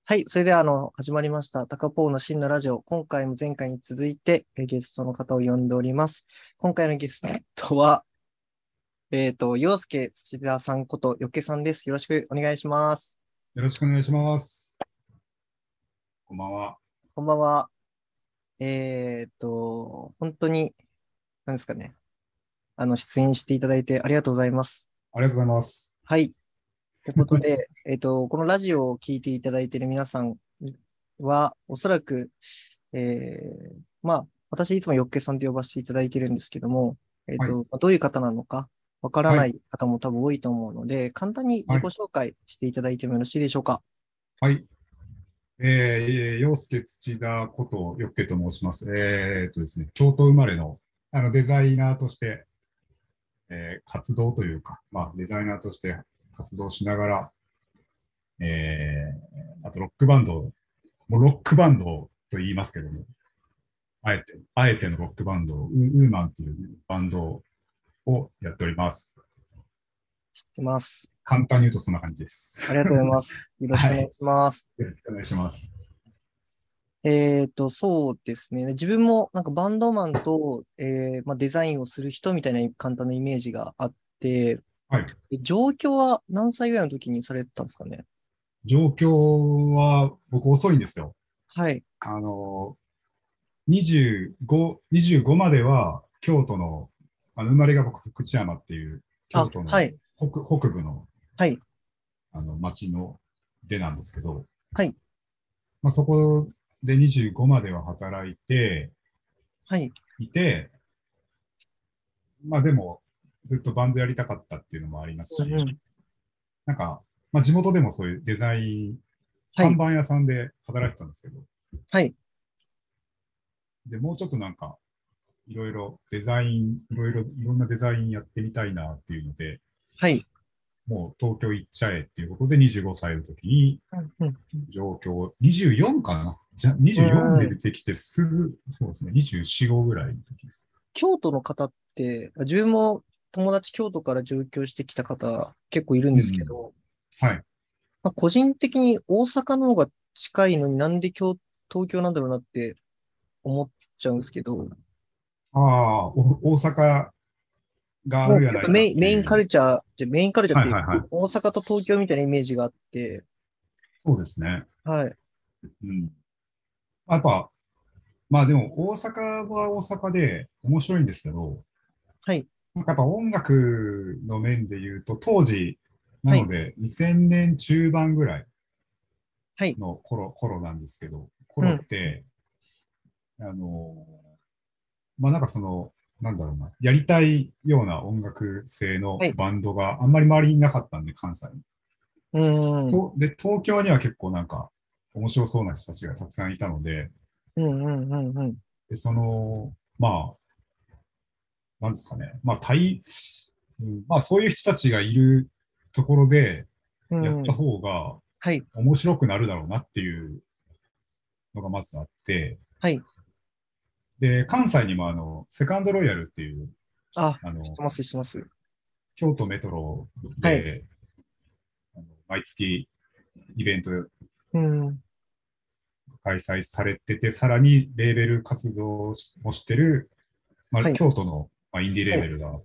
はい、それでは始まりました。タカポーの真のラジオ。今回も前回に続いてゲストの方を呼んでおります。今回のゲストは、洋介土田さんことよっけさんです。よろしくお願いします。 よろしくお願いします。こんばんは。 こんばんは。本当に、何ですかね。出演していただいてありがとうございます。 ありがとうございます。 はい。ということで、このラジオを聞いていただいている皆さんは、おそらく、私いつもよっけさんと呼ばせていただいているんですけども、 はい。 どういう方なのかわからはい。 ない方も多分多いと思うので、簡単に自己はい。 紹介していただいてもよろしいでしょうか。 はい。洋介土田ことよっけと申します。ですね、京都生まれの、デザイナーとして、活動というか、デザイナーとして活動しながら、あとロックバンド、もうロックバンドと言いますけども、あえてのロックバンド、ウーマンっていうバンドをやっております。 知ってます。 簡単に言うとそんな感じです。 ありがとうございます。よろしくお願いはい。 します。 よろしくお願いします。 そうですね。自分もなんかバンドマンと、デザインをする人みたいな簡単なイメージがあって、 はい。 上京は何歳ぐらいの時にされてたんですかね。 状況は僕遅いんですよ。 はい。 あの、25までは京都の、生まれが僕福知山っていう京あ、 都のはい。 北部の、 はい。 町の出なんですけど、 はい。 そこで25までは働いてはい。 いて、でもずっとバンドやりたかったっていうのもありますし、 うんうん。 なんか、地元でもそういうデザイン、 はい。 看板屋さんで働いてたんですけど、 はい。 で、もうちょっとなんか、いろいろデザイン、いろんなデザインやってみたいなっていうので、 はい。 もう東京行っちゃえっていうことで25歳の時にうんうん上京、24かなじゃ、 う 24でん。 出てきてすぐ、そうですね、24、5ぐらいの時です。 京都の方って、自分も友達京都から上京してきた方結構いるんですけうんうん。 ど、 はい。 個人的に大阪の方が近いのになんで東京なんだろうなって思っちゃうんですけど、 ああ、大阪があもうるやないかっやっぱメインカていう。 ルチャー、メインカルチャーってはいはいはい。 大阪と東京みたいなイメージがあって、 そうですね。 はい。 うん。やっぱ、でも大阪は大阪で面白いんですけど、 はい。 なんかやっぱ音楽の面で言うと、当時、なはい。 ので2000年中盤ぐらいはい。 の頃なんですけど、頃っうん。 て、あの、なんかなんだろうな、やりたいような音楽性のはい。 バンドがあんまり周りにいなかったんで、関西に。 うん。 で、東京には結構なんか面白そうな人たちがたくさんいたので、 うん。うん。うん。うん。 で、なんですかね、そういう人たちがいるところでやったうん。 方がはい。 面白くなるだろうなっていうのがまずあって、 はい。 で、関西にもセカンドロイヤルっていう、 あ、 あの、 知ってます、知ってます。 京都メトロはい。 で、毎月イベントうん。 開催されてて、さらにレーベル活動もしてる、 はい。 京都の、インディーレはい。 ーベルがあって、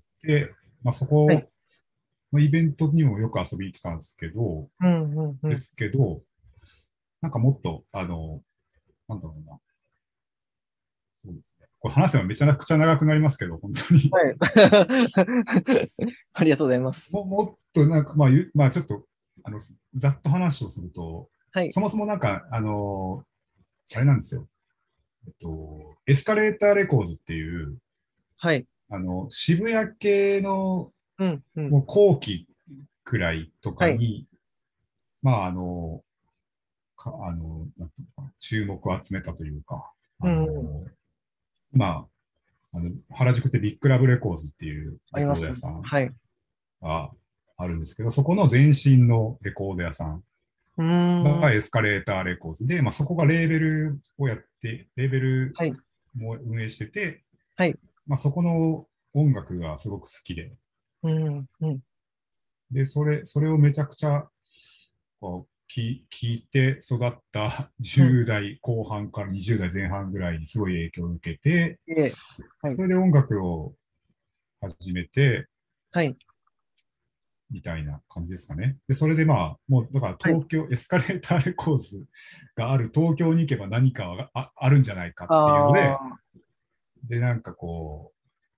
そはい。 このイベントにもよく遊びに行ってたんうん。うん。うん。 ですけど、なんかもっと、なんだろうな、そうですね。これ話せばめちゃくちゃ長くなりますけど、本当に。 はい。ありがとうございます。 もっとなんか、ちょっと、ざっと話をすると、 はい。 そもそもなんか、あれなんですよ。エスカレーターレコーズっていう、 はい。 渋谷系のうん。うん。 もう後期くらいとはい。 かに、まあ、なんていうんですかね、注目を集めたというか、 うん。うん。 ま原宿ってビッグラブレコーズっていうレあります。 コード屋さんはい。うがあるんですけど、そこの前身のレコード屋さんーん。 がエスカレーターレコーズで、そこがレーベルをやって、レーベルはい。 も運営してて、 はい。 そこの音楽がすごく好きで、 うん。うん。 で、それをめちゃくちゃ、 聞いて育ったうん。 10代後半から20代前半ぐらいにすごい影響を受けて、 で、はい。 それで音楽を始めて、 はい。 みたいな感じですかね。で、それでまあ、もうだからはい。 東京、エスカレーターレコーズがある東京に行けば何かがあるんじゃないかっていうので、 ああ。 で、なんかこ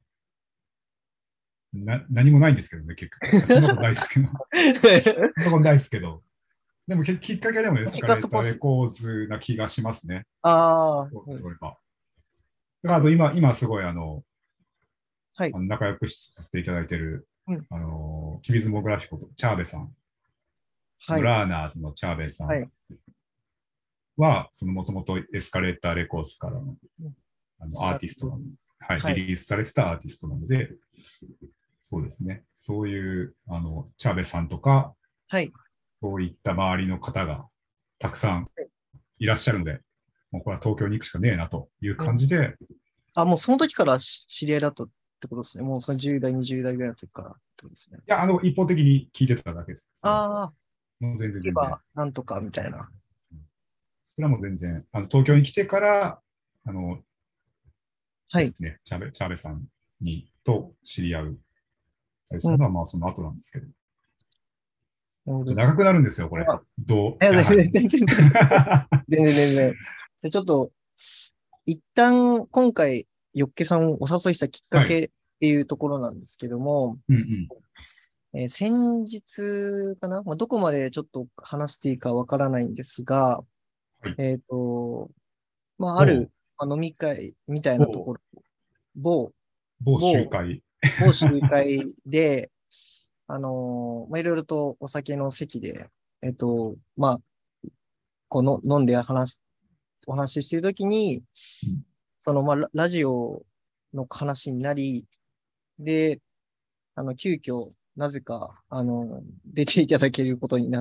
何もないんですけどね、結局。そんなことないですけど、そんなことないですけど、でもきっかけでもエス結カレーターレ果そこす、 コーズな気がしますね。 ああ、 そうそうです。 言われば。だからあと今すごいはい。 仲良くさせていただいている、 うん。 キビズモグラフィコとチャーベさん、 はい。 ラーナーズのチャーベさんはい。 は、そのもともとエスカレーターレコーズからのうん。 アスタート。 ーティストなの、はい、 はい。 リリースされてたアーティストなので、そうですね、そういうチャーベさんとか、 はい。 そういった周りの方がたくさんいらっしゃるので、もうこれは東京に行くしかねえなといううん。 感じで、 あ、もうその時から知り合いだったってことですね。もうその10代、20代ぐらいの時からってことですね。 いや、一方的に聞いてただけです、それは。 ああ、 もう全然全然。 行けばなんとかみたいな。 それはもう全然、東京に来てから、あの、 はい。 ですね、チャーベさんと知り合うたりすうん。 るのは、まあ、その後なんですけど。 なるほど。 長くなるんですよ、これ。 いや、 やはり。 全然全然。じゃあちょっと、一旦今回、よっけさんをお誘いしたきっかはい。 けっていうところなんですけども、 うんうん。 先日かな、まあ、どこまでちょっと話していいかわからないんですが、 はい。 えっと、まあ、あ某、 る、まあ、飲み会みたいなと某、 ころ、某、 某集某、 会。 某集会で、まあ、いろいろとお酒の席で、まあ、この飲んでお話ししてるときに、 うんまあ、ラジオの話になり、で、急遽、なぜか、出ていただけることになって、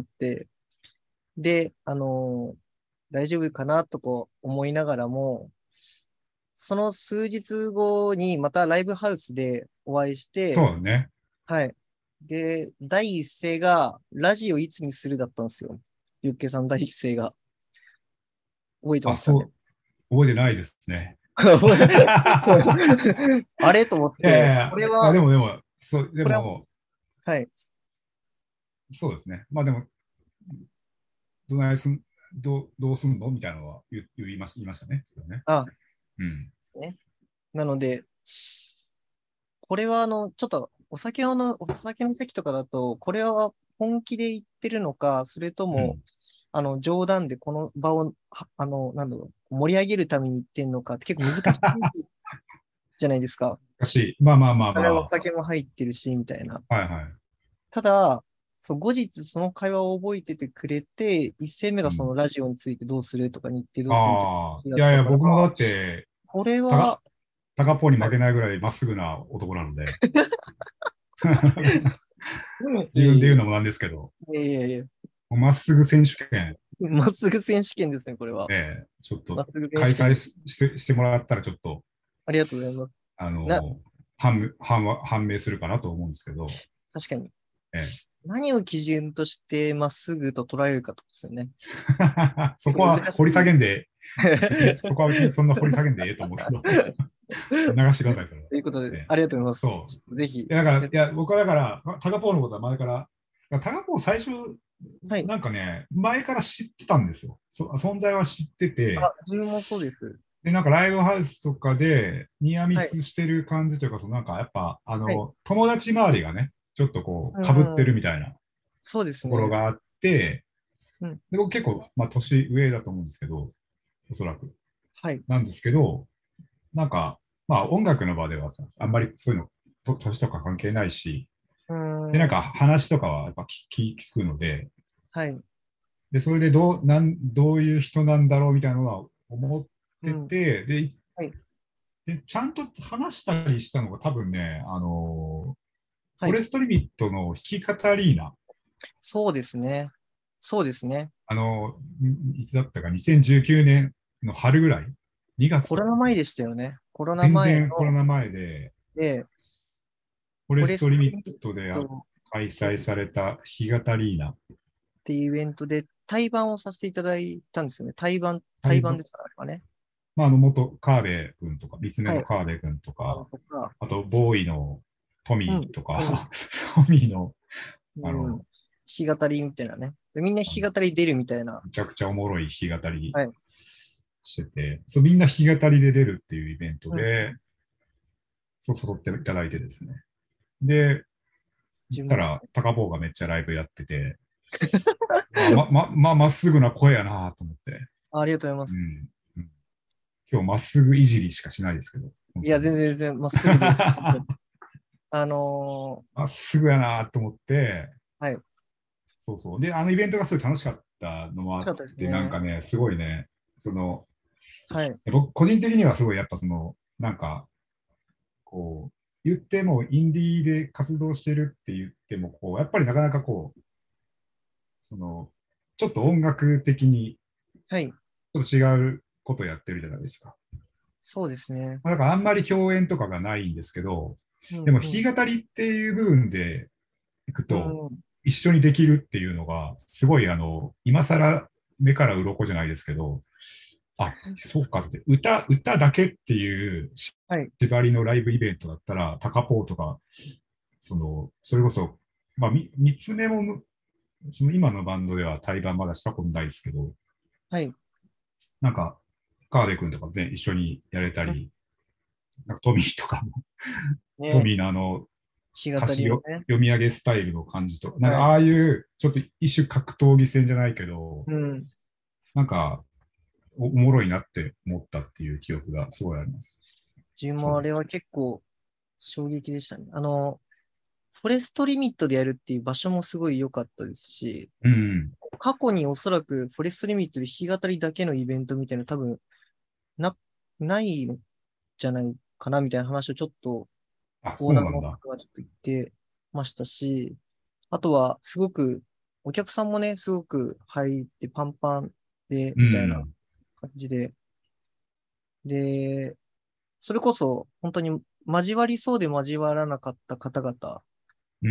で、大丈夫かなとこう思いながらも、その数日後にまたライブハウスでお会いして、 そうだね。 はい。で、第一声が、ラジオいつにするだったんですよ。ユッケさん第一声が。覚えてまあ、 すかね。 覚えてないですね。 あれと思っいやいやて、 いや、いやでこれは、 も、 はい。 そうですね。まあでも、どないすん、どうすんのみたいなのは言いましたね。それはね。 あ、 うん。 ね。なので、これはちょっとお酒の席とかだと、これは本気で言ってるのか、それとも、 うん。 冗談でこの場を、なんだろう、盛り上げるために言ってんのかって結構難しいじゃないですか。 まあまあまああれおま酒も入ってるし、みたいな。 あ。はいはい。 ただ、そう、後日その会話を覚えててくれて、一戦目がそうん。 のラジオについてどうするとか日程どうするみたいああ、 な話いやいや、 だったから、 僕もだって、 これたが、 は、 タカポーにはい。 負けないぐらいまっすぐな男なので、 いえいえ自分で言うのもなんですけど、 いえいえいえ、 まっすぐ選手権、 まっすぐ選手権ですね、これは。 ちょっとまっすぐ選開催手権です。 してもらったら、ちょっと、 ありがとうございます。 あな、 の、判明するかなと思うんですけど、 確かに。 ええ、 何を基準としてまっすぐと捉えるかとですよね。 そこ結構は掘り下難しい。 げんで、そこは別にそんな掘り下げんでええと思うけど、流してください、それは。 ということで、 ええ、 ありがとうございます。 そう。 ちょっとぜひ。 僕はだから、タガポーのことは前から、タガポー最初、 はい。 なんかね、前から知ってたんですよ。存在は知ってて、 あ、自分もそうです。 で、なんかライブハウスとかでニアミはい。 スしてる感じというか、なんかやっぱ、 はい。 友達周りがね、ちょっとこうう、被ってるん。 みたいなそうですところね。 があって、 うん。 で僕結構、まあ、年上だと思うんですけど、おそらく。 はい。 なんですけど、なんか、まあ音楽の場ではさ、あんまりそういうの、年とか関係ないし、 うで、なんかん。 話とかはやっぱ聞くので、 はい。 で、それでどういう人なんだろうみたいなのは思っうん。 てて、 はい。 ちゃんと話したりしたのが多分ね、 はい。 フォレストリミットの弾き語リーナ、 そうですね。そうですね。 いつだったか、2019年の春ぐらい、2月コロナ前でとかかな。 したよね。コロナ全前然コロナの、 前で、 で、 フォレフォレストリミッストリミットでト、 開催された弾き語リーナていうイベントで対バンをさせていただいたんですよね。対バン対バン、 ですから、あれはね。 まあ、元カーベ君とか、立命はい。 のカーベ君とバンか、 とか、 あと、ボーイのトうん。 ミーとうんか、トミーの、あうん。 の、 弾き語りみたいなね。でみんな弾き語り出るみたいな。 めちゃくちゃおもろい弾き語りはい。 してて、そう、みんな弾き語りで出るっていうイベントうん。 で、そう誘っていただいてですね。で、行ったら、 自分もですね。 高坊がめっちゃライブやってて、まっすぐな声やなと思って、 ありがとうございます。 うん。うん、今日まっすぐいじりしかしないですけど、本いや、 当に。 全然まっすぐで。あのまっすぐやなと思って、 はい。楽そうそう。で、あのイベントがすごい楽しかったのもあっしかったですて、なんね。 かね、すごいね、その、 はい。 僕、個人的にはすごい、やっぱその、なんか、こう、言っても、インディーで活動してるって言っても、こう、やっぱりなかなかこう、その、ちょっと音楽的に、 はい。 ちょっと違うことやってるじゃないですか。 そうですね。 だからあんまり共演とかがないんですけど、でも弾きうんうん。 語りっていう部分でいくと、 うん。 一緒にできるっていうのが、すごい今更目から鱗じゃないですけど、あ、そうかって、歌だけっていうはい。 縛りのライブイベントだったら、タカポーとか、それこそ、まあ、三つ目も、その今のバンドでは対バンまだしたことないですけど、 はい。 なんか、川辺君とかね、一緒にやれたうんり、なんかトミーとかも、トね。 ミーの弾き語歌詞りをね。 読み上げスタイルの感じとか、なんかはい。 ああいうちょっと一種格闘技戦じゃないけど、 うん。 なんかおもろいなって思ったっていう記憶がすごいあります。 自分そう。 もあれは結構衝撃でしたね。フォレストリミットでやるっていう場所もすごい良かったですし、 うん。 過去におそらくフォレストリミットで弾き語りだけのイベントみたいな多分な、ないんじゃないかなみたいな話をちょっとあ、 オーナーのそうなんだ。 方がちょっと言ってましたし、あとはすごくお客さんもね、すごく入ってパンパンでうみたいなん。 感じで、で、それこそ本当に交わりそうで交わらなかった方々 うん。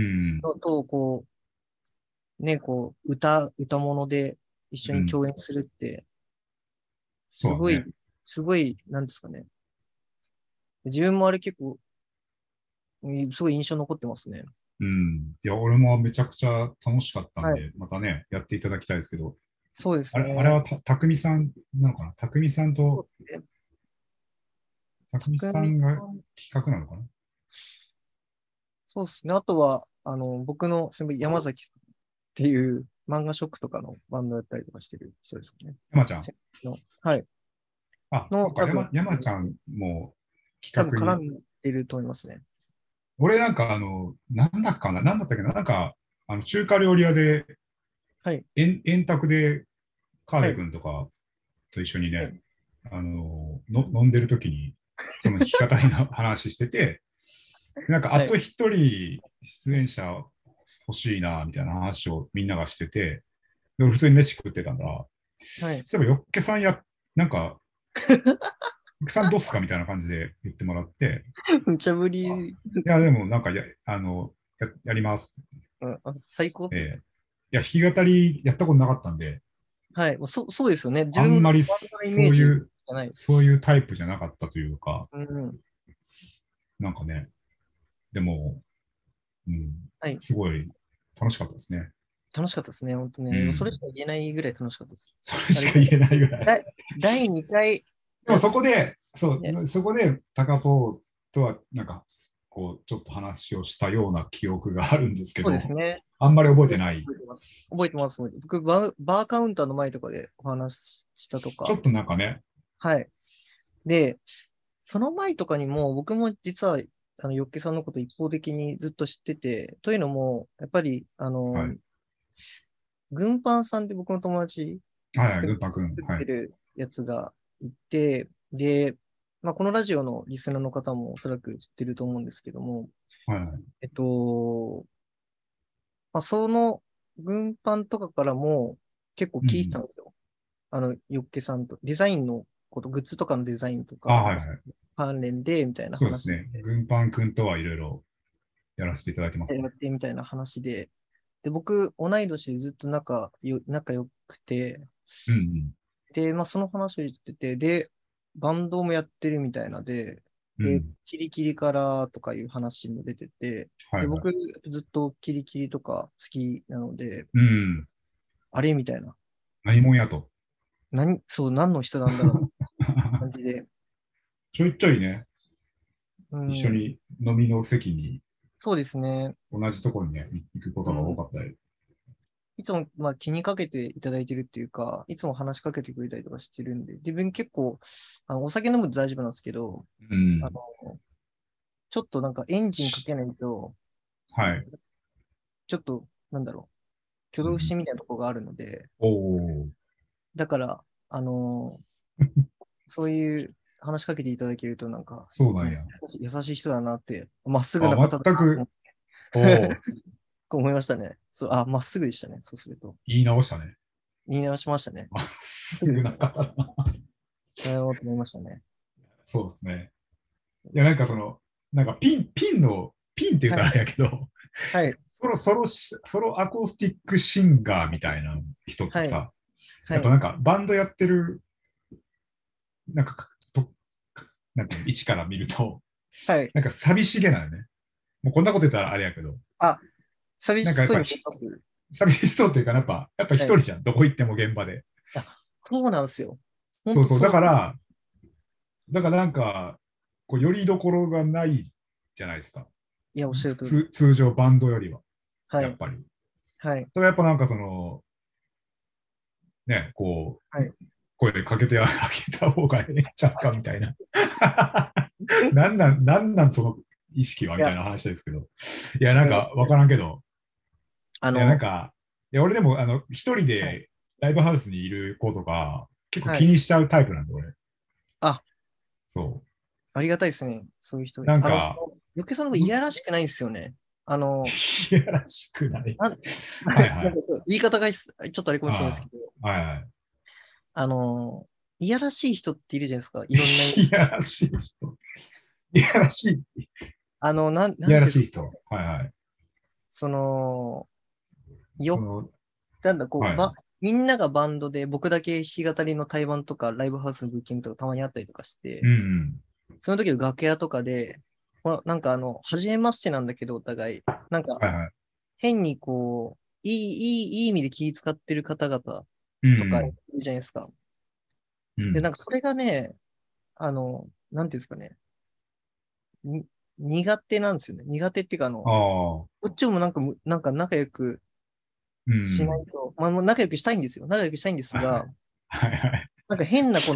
と、こね、歌物で一緒うん。 に共演するって、すごい、 そうだね。 すごい、なんですかね。自分もあれ結構、すごい印象残ってますね。 うん。いや、俺もめちゃくちゃ楽しかったんはい。 で、またね、やっていただきたいですけど、 そうですあれね。 はたくみさんなのかな、たくみさんと、 そうですね。 たくみさ匠んがさん、 企画なのかな。 そうですね。あとは、僕の先輩、山崎さんっていう漫画ショックとかのバンドやったりとかしてる人ですよね。 山ちゃん。 はい。 あ、そっか、 多分、 山ちゃんも多分企画に、 絡んでると思いますね。 俺なんかなんだかな、なんだったっけな、なんか、中華料理屋で、 はい。 円卓で、川辺はい。 君とかと一緒にね、 はい。 飲んでる時に、その弾き語りの話してて、なんか、あはい。 と一人出演者欲しいな、みたいな話をみんながしてて、で俺普通に飯食ってたんだ。 はい。 そういえば、よっけさんなんか、よっけさんどうっすかみたいな感じで言ってもらって、 無茶ぶあり、 いや、でもなんかやります最高。 って。いや、弾き語りやったことなかったんで、 はい。もうそうですよね。自あんまり分もバンドのイメージじゃない。 そういうタイプじゃなかったというか、 うん。 なんかね、でも、うん、 はい。 すごい楽しかったですね。 楽しかったですね。本当ね。それしうん。 か言えないぐらい楽しかったです。 それあれ、 しか言えないぐらい。 第2回でもやっそこで、 て、 そこで、高ポとは、なんか、こう、ちょっと話をしたような記憶があるんですけそうですど、 ね。 あんまり覚えて覚ない。 えてます。覚えてます。覚えてます僕バーカウンターの前とかでお話ししたとか。 ちょっとなんかね、 はい。で、その前とかにも、僕も実は、ヨッケさんのこと一方的にずっと知ってて、というのも、やっぱり、 はい。 軍パンさんって僕の友達はいはい、 がグッパ君。 作っはい。 てるやつがいて、で、まあ、このラジオのリスナーの方もおそらく知ってると思うんですけども、 はいはい。 えっと、まあ、その軍パンとかからも結構聞いてうん。 たんですよ。ヨッケさんと、デザインのこと、グッズとかのデザインとあ、 か、 はいはい。 関連で、みたいな話そうですね。軍パン君とはいろいろやらせていただいてますね。 やってみたいな話で、 で、僕、同い年でずっと仲良くて、 うんで、まあ、その話を言ってて、で、バンドもやってるみたいなで、 うん。 キリキリからとかいう話も出てて、で、 はいはい。 僕、ずっとキリキリとか好きなので、 うん。 あれみたいな。 何者やと。 そう、何の人なんだろう感じで。 ちょいちょいね、 うん、 一緒に飲みの席にそうですね。 同じところにね、行くことが多うん。 かったり。 いつも、まあ、気にかけていただいてるっていうか、いつも話しかけてくれたりとかしてるんで、自分結構、お酒飲むと大丈夫なんですけど、あうん。 の、ちょっとなんかエンジンかけないと、 はい。 ちょっと、なんだろ挙動不うん、 審みたいなところがあるので、 おお、 だから、そういう話しかけていただけると、なんか、いつもそうなんや。 優しい人だなって、まっすぐあ、 な方だなと全く、おお、 思いましたね。そう、まっすぐでしたね。そうすると。 言い直したね。 言い直しましたね。 まっすすぐ、 ぐな方だな。 そうやろうと思いましたね。 そうですね。いや、なんかその、なんかピンって言ったらあはい。 れやけど、 はい。 ソロアコースティックシンガーみたいな人ってはい。 さ、 はい。 やっぱなんかバンドやってる、なんかなんていうの、位置から見ると、 はい。 なんか寂しげなのね。もうこんなこと言ったらあれやけど、 あ、寂なんしそうかやっぱひに見えます。 寂しそうっていうか、やっぱ一はい。 人じゃん。どこ行っても現場で。 そうなんですよ。本そうそう。 当そう。 だからなんか、こう、よりどころがないじゃないですか。 いや、おっしゃる通り。 通常バンドよりは、 はい。 やっぱり。 はい。 ただやっぱなんかその、ね、こう、 はい。 声かけてあげた方がええんちゃうかみたいな。なんなんその意識はいや、 みたいな話ですけど。いや、なんいや、 かわからんけど、いや、なんあの、 か、いや、俺でも、一人はい。 でライブハウスにいる子とか、結構はい。 気にしちゃうタイプなんで、俺。 あ、 そありがたいですね。そういう人がう。 いて。 なんか、 余計そのいやらしくないんですよね。あの、 いやらしくない。 なん、 はいはい。 なんかそう、言い方がちょっとあれかもしれないですあけど、 あ、はいはい。 あの、いやらしい人っているじゃないですか。いろんな意味。 いやらしい人。いやらしい。いなんていうんですか。 やらしい人。はいはい。 その、よ、 その、 なんだ、 はい。 みんながバンドで、僕だけ弾き語りの対バンとか、ライブハウスのブッキングとかたまにあったりとかしうて、 ん。 その時の楽屋とかで、なんか初めましてなんだけど、お互い、なんか、 はいはい。 変にいい意味で気遣ってる方々 うとかいん。 るじゃないですか。で、なうん。 んかそれがね、なんていうんですかね、苦手なんですよね。苦手っていうか、 ああ。 こっちもなんか仲良くうしなん。 いと、まあ、もう仲良くしたいんですよ。仲良くしたいんですが、 はいはい。 なんか変な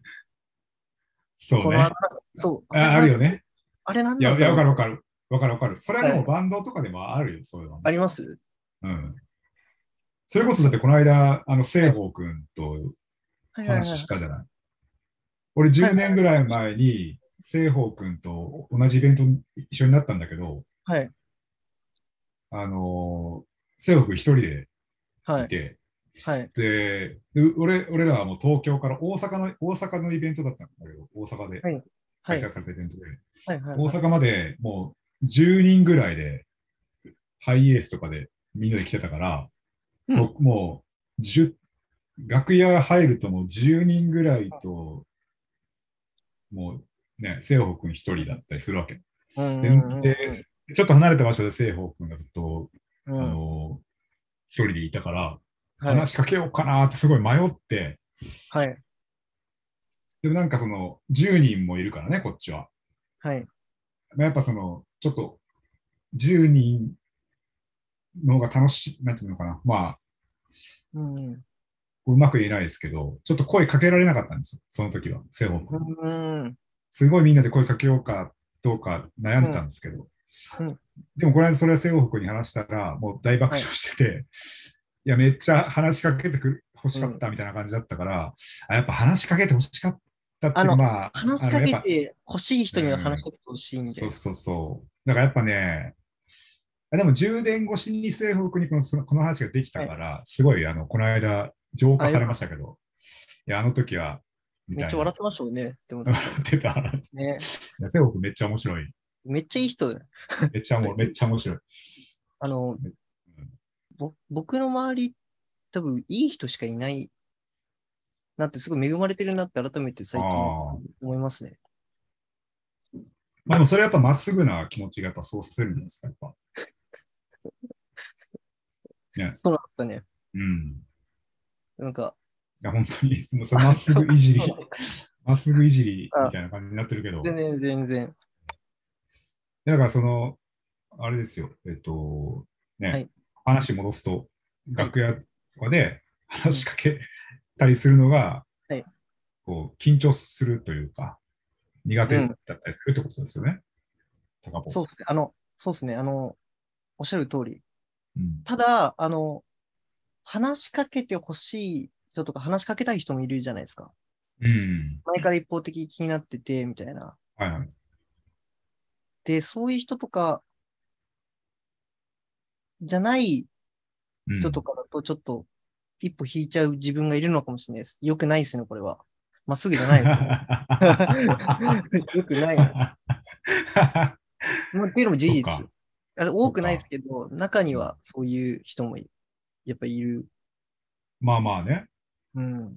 そうね。 そう、 あるよね。 あれなんいや、 なんだろう。 わかるわかる。わかるわかる。それはではい。 もバンドとかでもあるよ、そういうのね。 ありますうん。それなんかそ、 こそだってこの間、 はい。 聖宝くんとはいはいはい。 話したじゃない。俺10 はいはい年ぐらい前に聖宝くんと同じイベントに一緒になったんだけど、 はい。 聖宝くん一人ではい。 いて、 はい。 俺らはもう東京から大阪のイベントだったんだけど、大阪ではい。はい。 開催されたイベントで、 はい。はい。はい。 大阪までもう10人ぐらいでハイエースとかでみんなで来てたから、 うん。 もう楽屋入るともう10人ぐらいと、もうね、聖宝くん一人だったりするわけ。 うん。 で、 うん。うん。 ちょっと離れた場所で聖宝くんがずっと、あうん。 の一人でいたから、 はい。 話しかけようかなってすごい迷って、 はい。 でもなんかその10人もいるからね、こっちは。 はい。 やっぱその、ちょっと10人の方が楽しい、なんていうのかな。まあ、 うん。 うまく言えないですけど、ちょっと声かけられなかったんですよ、その時は、聖宝う君。 ん。 すごいみんなで声かけようかどうか悩んでたんうん。 ですけど、 うん。 でもこの間それは聖宝君に話したら、もう大爆はい。 笑してて、いや、めっちゃ話しかけて欲しかっうん。 たみたいな感じだったから、やっぱ話しかけて欲しかったっていうか、まあ、 話しかやっぱ、 けて欲しいう人には話しん、 かけてほしいんで。 そうそうそう。だからやっぱね、でも10年越しに西北にこの話ができたはい。 から、すごいこの間浄化されよかった。 ましたけど、いや、あの時は、みたいな。 めっちゃ笑ってましたもんね。でも笑確かに。 ってた。 ね。 いや西北めっちゃ面白い。 めっちゃいい人だよ。 めっちゃ面白い。 あの、 うん僕の周り、多分いい人しかいないなって、すごい恵まれてるなって改めて最近ああ。 思いますね。 まあでもそれはやっぱまっすぐな気持ちがやっぱそうさせるんじゃないですか、やっぱ。ね。 そうなんですかね。 うん。 なんか、 いや、本当に、そのまっすぐいじり、まっすぐいじりみあ、 たいな感じになってるけど、 全然、全然。 だからあれですよ、ね、 はい、 話戻すと、 はい、 楽屋とかでうん、 話しかけたりするのが、 はい、 こう、緊張するというか、苦手うん。 だったりするってことですよね、高坊。 そうですね。そうですね。おっしゃる通り。 うん。 ただ、話しかけてほしい人とか話しかけたい人もいるじゃないですか。 うん。 前から一方的に気になってて、みたいな。 はいはい。 で、そういう人とかじゃないうん。 人とかだと、ちょっと一歩引いちゃう自分がいるのかもしれないです。よくないですね、これは。まっすぐじゃないですね。よくないな。まあ、っていうのも事そうか、 実。多くないですそうか。 けど、中にうん、 はそういう人もやっぱいる。 まあまあね。 うん。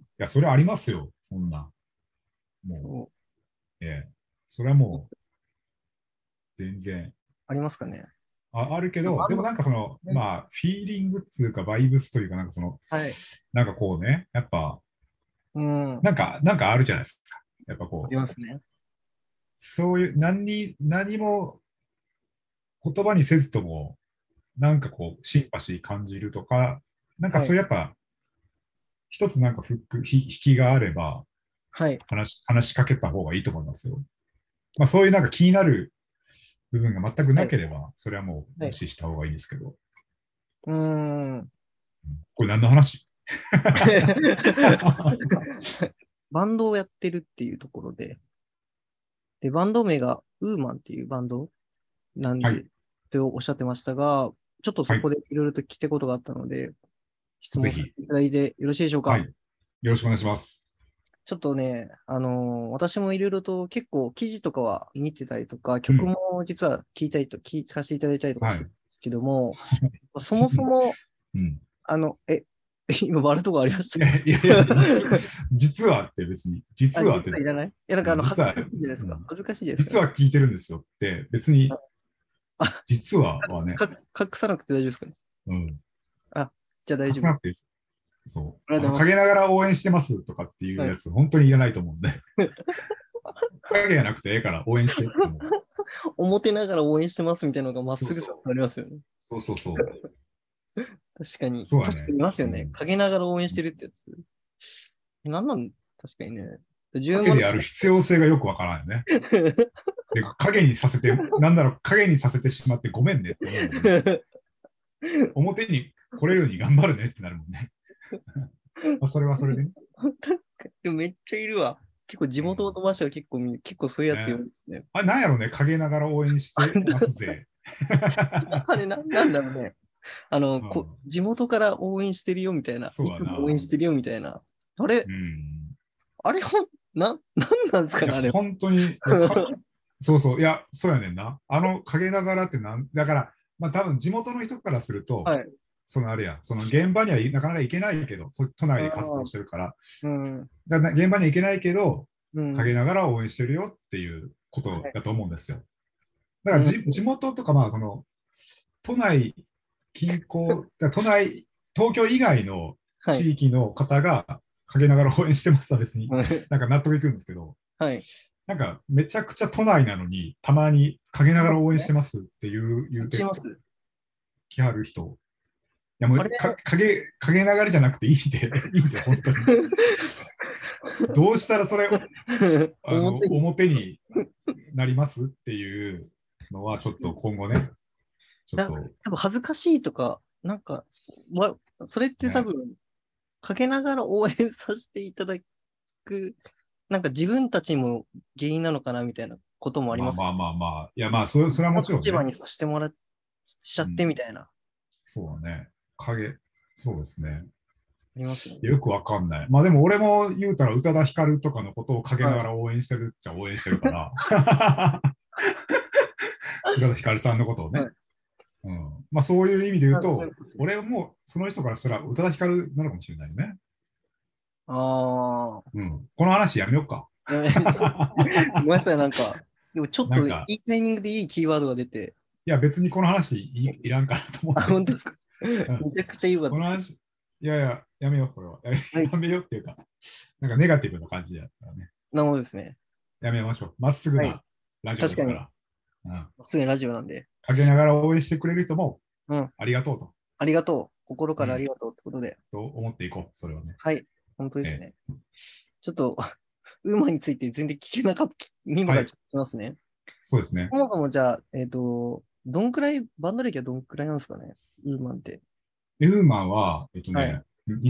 いや、それありますよ、そんな。もそう。 う、それはもう全然ありますかね。 あるけど、でもバンド、 なんかね、 まあ、フィーリングっていうか、バイブスというか、なんかはい。 なんかこうね、やっぱ、 うん。あなんかあるじゃないですか。やっぱこう、 りますね。 そういう、何も言葉にせずとも、なんかこう、シンパシー感じるとか、なんかはい。 そういうやっぱ、一つなんか引きがあれば、 はい。 話しかけた方がいいと思いますよ。まあそういうなんか気になる部分が全くはい。 なければ、それはもうはい。 無視した方がいいんですけど、 うーん。 これ何の話？ バンドをやってるっていうところで、で、バンド名がウーマンっていうバンドなんで、 はい、 っておっしゃってましたが、ちょっとはい、 そこでいろいろと聞きたいことがあったので、質ぜひ、 問させていただいてよろしいでしょうか。 はい、よろしくお願いします。 ちょっとね、私もいろいろと結構記事とかは見てたりとか、曲うん、 も実は聞かせていただいたりとかはい。 するんですけども、そもそも、 うん。 あの、え、今割るとこありました？ 実はって別に、 あ、 実はって、 実はいらない？いや、なんか恥実は、 ずかしいじゃないですか。 うん、 恥ずかしいですよ実ね。 は聞いてるんですよって別に、 あ、 実はね、 隠さなくて大丈夫ですかね。 うん、 あ、じゃあ大丈夫です。 隠さなくていいです。そう。 ありがとうござい陰ながら応援してますとかっています。はい。 うやつ、本当にいらないと思うんで、影がなくてええから応援してってもう。 表ながら応援してますみたいなのがまっすぐさそうそありますよね。 う。そうそうそう。 確かに。 そうだね。 確かにいますよね。 うん。 陰ながら応援してるってやつ。確かにね。10万の。 影でやる必要性がよくわからんよね。で、影にさせて、影にさせてしまってごめんねって思うもんね。表に来れるように頑張るねってなるもんね。まあ、それはそれでね。 でもめっちゃいるわ。結構地うん。 元を飛ばしたら結構そういうやついね、 るんですね。 あれ、なんやろね、陰ながら応援してますぜ。 あれなんだろうね。 うん、 地元から応援してるよみたいな。 そういつも応だな。 援してるよみたいな。あれ、 うん。 あれなんなんですかいや、 ね、あれ。 本当に、そうそう、いや、そうやねんな。陰ながらってだから、まあ多分地元の人からすると、 はい。 あれや、その現場にはなかなか行けないけど、都内あで活動あ、 してるから、 うん、 現場には行けないけど、 うん。 陰ながら応援してるよっていうこはい。 とだと思うんですよ。だからうん、 地元とか、まあ都内近郊、東京以外のはい。 地域の方が陰ながら応援してますは別にうんなんか納得いくんですけど、 はい。 なんかめちゃくちゃ都内なのに、たまに陰ながら応援しいますね。 てますって言うています。 きはる人。いやもあれう陰ながらじゃなくていいんで、いいんで、本当に。どうしたらそれ、 表に、 表になりますっていうのは、ちょっと今後ね、ちょっと多分恥ずかしいとか、それって多ね、 分、かけながら応援させていただく、なんか自分たちも原因なのかなみたいなこともあります。 まあまあまあまあ、いやまあ、それはこのもちろんね、 立場にさせてもらっしちゃっうん、 てみたいな、あそうだね、そうですね。 りますよね。 よくわかんない。まあでも俺も言うたら宇多田ヒカルとかのことを陰なはい。 がら応援してるっちゃ応援してるから、宇多田ヒカルさんのことをね。 はい。 うん。 まあそういう意味で言うそういうと、 ことですね。 俺はもうその人からしたら宇多田ヒカルなのかもしれないよね。 ああ。 うん。この話やめようか。 やめごめんなさい、なんか、でもちょっといなんか、 いタイミングでいいキーワードが出て、 いや別にこの話いらんかなと思あ、 って。 本当ですか。 うん。 めちゃくちゃいいワードですけど。 この話、いやいや、やめよう、これは。 はい。 やめようっていうか、なんかネガティブな感じだったらね。 なるほどですね。 やめましょう。まっすぐはい。 なラジオで確かに、 すから。うん。 すぐにラジオなんで。 かけながら応援してくれる人もうん。 ありがとうと。 ありがとう。心うん。 からありがとうってことで。 と思っていこう、それはね。 はい。本当ですえね。ちょっと、ウーマンについて全然聞けなかった。今はい。 からちょっと聞きますね。 そうですね。 そもそもじゃあ、どんくらい、バンド歴はどんくらいなんですかね、ウーマンって。 ウーマンは、 はい。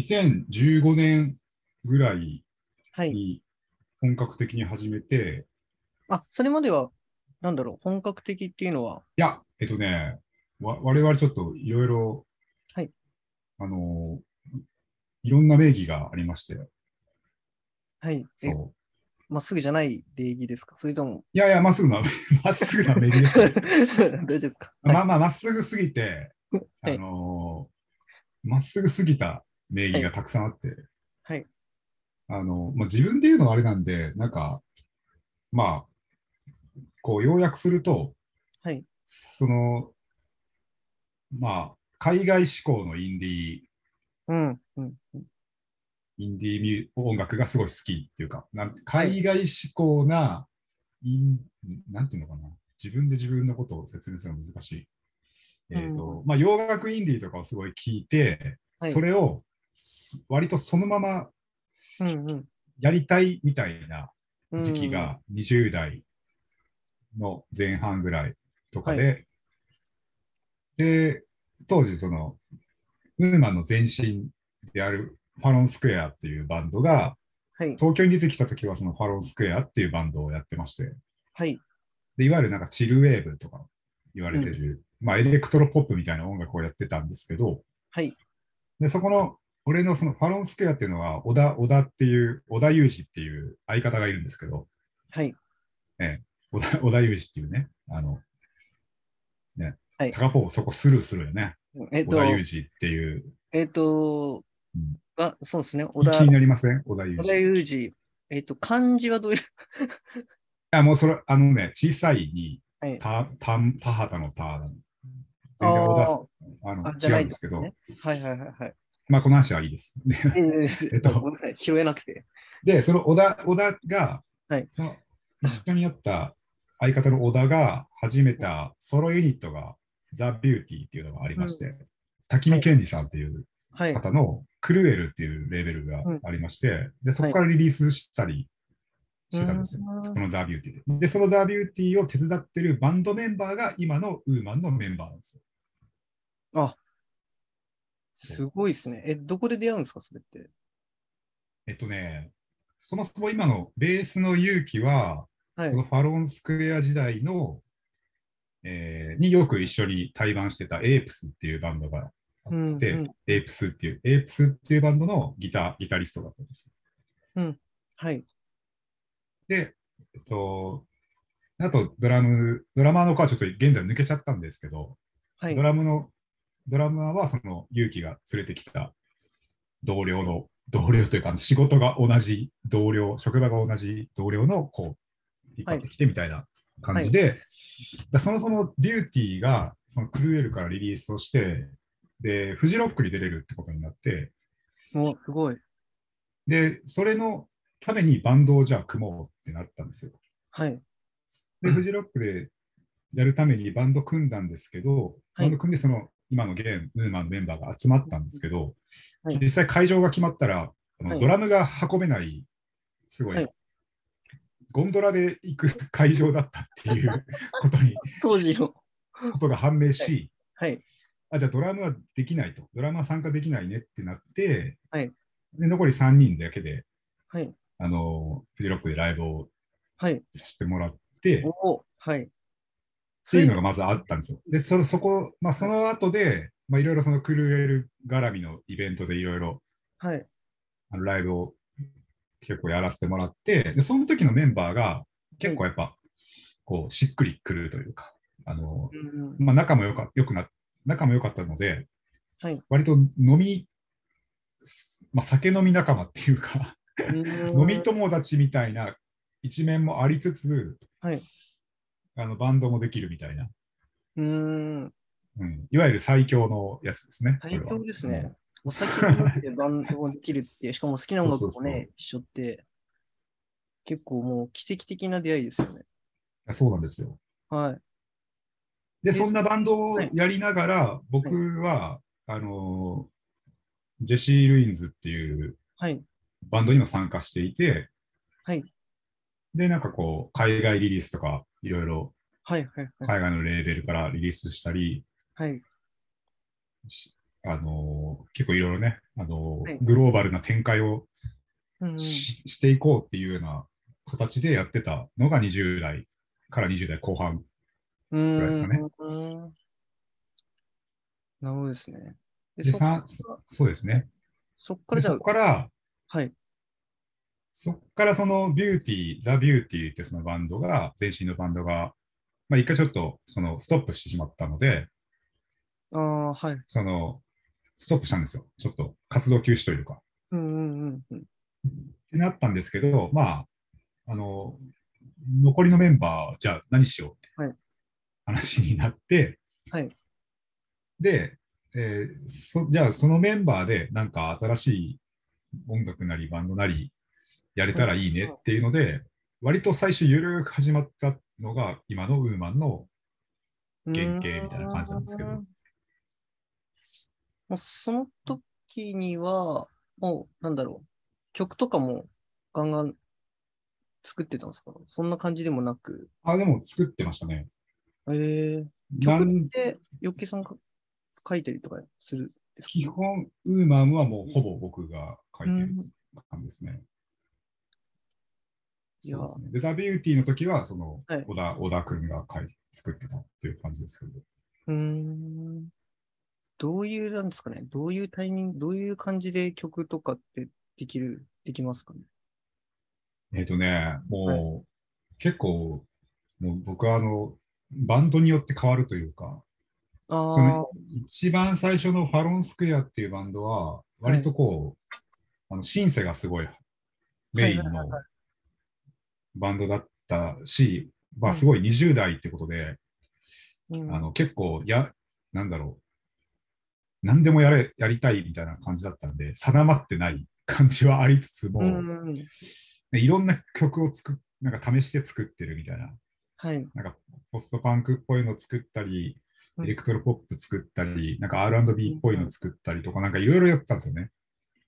2015年ぐらいはい。 に本格的に始めて、 あ、それまでは、なんだろう、本格的っていうのは、 いや、我々ちょっといろいろ、 はい。 あのいろんな名義がありまして、 はい。 そう。 まっすぐじゃない礼儀ですか、それとも。 いやいや、まっすぐな、まっすぐな名義ですよ。 大丈夫ですか？はい。 まあまあ、まっすぐすぎて、 はい。 まっすぐすぎた名はい。 義がたくさんあって、 はい。 まあ、自分で言うのはあれなんで、なんか、まあ、こう、要約すると、 はい。 その、まあ、海外志向のうん。うん。 インディーミュ音楽がすごい好きっていうか、 はい。 海外志向な、なんていうのかな。自分で自分のことを説明するのは難しい。 うん。 まあ、洋楽インディーとかをすごい聞いて、 はい。 それを割とそのままうん。うん。 やりたいみたいなうん。 時期が20代の前半ぐらいとかはい。 で、で、当時その、ウーマンの前身であるファロンスクエアっていうバンドが、 はい。 東京に出てきた時はそのファロンスクエアっていうバンドをやってまして、 はい。 で、いわゆるなんかチルウェーブとか言わうん。 れてる、まあエレクトロポップみたいな音楽をやってたんですけど、 はい。 で、そこの、俺のそのファロンスクエアっていうのは、小田っていう、小田裕二っていう相方がいるんですけど、 はい。 小田裕二っていうね、ね、 はい。 高ポーそこスルーするよね。 えっ小田裕と、 二っていう、 えっと、 うん、 そうですね。 気になりません小田裕小田二。 裕二。漢字はどういう？ あ、もうそれ、小さいに、 はい。 田畑の田、全然小田、 あじゃ違うんないですけど、 ですね。はいはいはいはい。 まあ、この話はいいです。 ごめんなさい。拾えなくて。 で、その小田が、 はい。 その一緒にやった相方の小田が始めたソロユニットがザ・ビューティーっていうのがありうん。 まして、滝はい。 見健二さんっていうはい。 方のクルエルっていうレーベルがうん。 ありまして、で、そはい。 こからリリースしたりうーしてたんですよ。そん。 のザ・ビューティーで。で、そのザ・ビューティーを手伝ってるバンドメンバーが今のウーマンのメンバーなんですよ。 あ、 そうすごいですね。どこで出会うんですか、それって。 えっとね、そもそも今のベースの勇気は、 はい。 そのファロンスクエア時代のによく一緒に対バンしてたエイプスっていうバンドがあっうん、うて、 ん、うん、 エイプスっていうバンドのギタリストだったんですよ。 うん。はい。 で、あとドラマーの子はちょっと現在抜けちゃったんですけど、 はい。 ドラムの、ドラマーはその勇気が連れてきた同僚というか、仕事が同じ同僚、職場が同じ同僚の子を引っはい。 張ってきてみたいな感はい。 じで、そもそもビューティーがそのクルエルからリリースをして、で、フジロックに出れるってことになって、 もう、すごい。 で、それのためにバンドをじゃあ組もうってなったんですよ。 はい。 で、フジロックでやるためにバンド組んだんですけど、 はい。 バンド組んでその今のムーマンのメンバーが集まったんですけど、 はい。 実際会場が決まったら、 はい。 ドラムが運べない、すごいはい。 ゴンドラで行く会場だったっていう当時の。 ことが判明はい。 し、 はい。 じゃあドラムはできないと。ドラムは参加できないねってなって、 はい。 で残り3人だけで、 はい。 フジロックでライブをはい。 させてもらって、 おお。はい。 ってそれで、 いうのがまずあったんですよ。で、まあ、そはい。 の後で、まあ、いろいろそのクルエル絡みのイベントでいろいろはい。 ライブを結構やらせてもらって、で、その時のメンバーがはい。 結構やっぱ、こう、しっくりくるというか、 うん。 まあ、仲もよくなっ仲も良かったので、 はい。 割と飲み、まあ、酒飲み仲間っていうかう飲みーん。 友達みたいな一面もありつつ、 はい。 バンドもできるみたいな、 うーん。 うん、いわゆる最強のやつですね、それは。 最強ですもね。おう酒飲めてバンドもできるって、しかも好きな音そうそうそう。 楽もね、一緒って、結構もう奇跡的な出会いですよね。 そうなんですよ。 はい。 で、 で、 そんなバンドはい。 をやりながら、僕はい。 は、ジェシー・ルインズっていうはい。 バンドにも参加していて、 はい。 で、なんかこう、海外リリースとか、いろいろはい。はい。はい。 海外のレーベルからリリースしたり、 はい。 し結構いろいろね、 はい。 グローバルな展開をうんうん。 していこうっていうような形でやってたのが20代から20代後半うぐらいですかね。 ーん。なるほどですね。で、 で、 そっかそうですら、はい。 ね。で、 そっからじゃあ、はい。 そこからそのビューティー、ザ・ビューティーってそのバンドが、前身のバンドが、まあ一回ちょっとそのストップしてしまったので、 ああ、はい。 そのストップしたんですよ。ちょっと活動休止というか。 うんうんうんうん。 ってなったんですけど、まあ、あの、残りのメンバー、じゃあ何しようってはい。 話になって、 はい。 で、じゃあそのメンバーでなんか新しい音楽なりバンドなりやれうんたらいいねっていうので、割と最初ゆるく始まったのが今のウーマンのう原型みたいな感じなんですけど、 ん。もうその時には、もう、なんだろう。曲とかもガンガン作ってたんですか？そんな感じでもなく。 あ、でも作ってましたね。 曲っなん、 て、よっけさんが書いたりとかするんですか？ 基本、ウーマンはもうほぼ僕が書いてるうん。 感じですね。 いや、はそうですね。で、ザ・ビューティーの時は、その、 い。 小田くんが作ってたっていう感じですけど。 うーん。どういう、なんですかね。どういうタイミング、どういう感じで曲とかってできますかね。 もはい。 う、結構、もう僕はバンドによって変わるというか、そのああ、 一番最初のファロンスクエアっていうバンドは、割はい。 とこう、シンセがすごいメはいはいインのはい。 バンドだったし、まあ、すうん。 ごい20代ってことで、 うん。 結構なんだろ何でもやりたいみたいな感じだったんで、定まってない感じはありつつうも、 ん。 ねいろんな曲をなんか試して作ってるみたいな、 はい。 なんかポストパンクっぽいの作ったり、 うん。 エレクトロポップ作ったり、なんか R&B っぽいのうん。 作ったりとか、なんかいろいろやってたんですよね。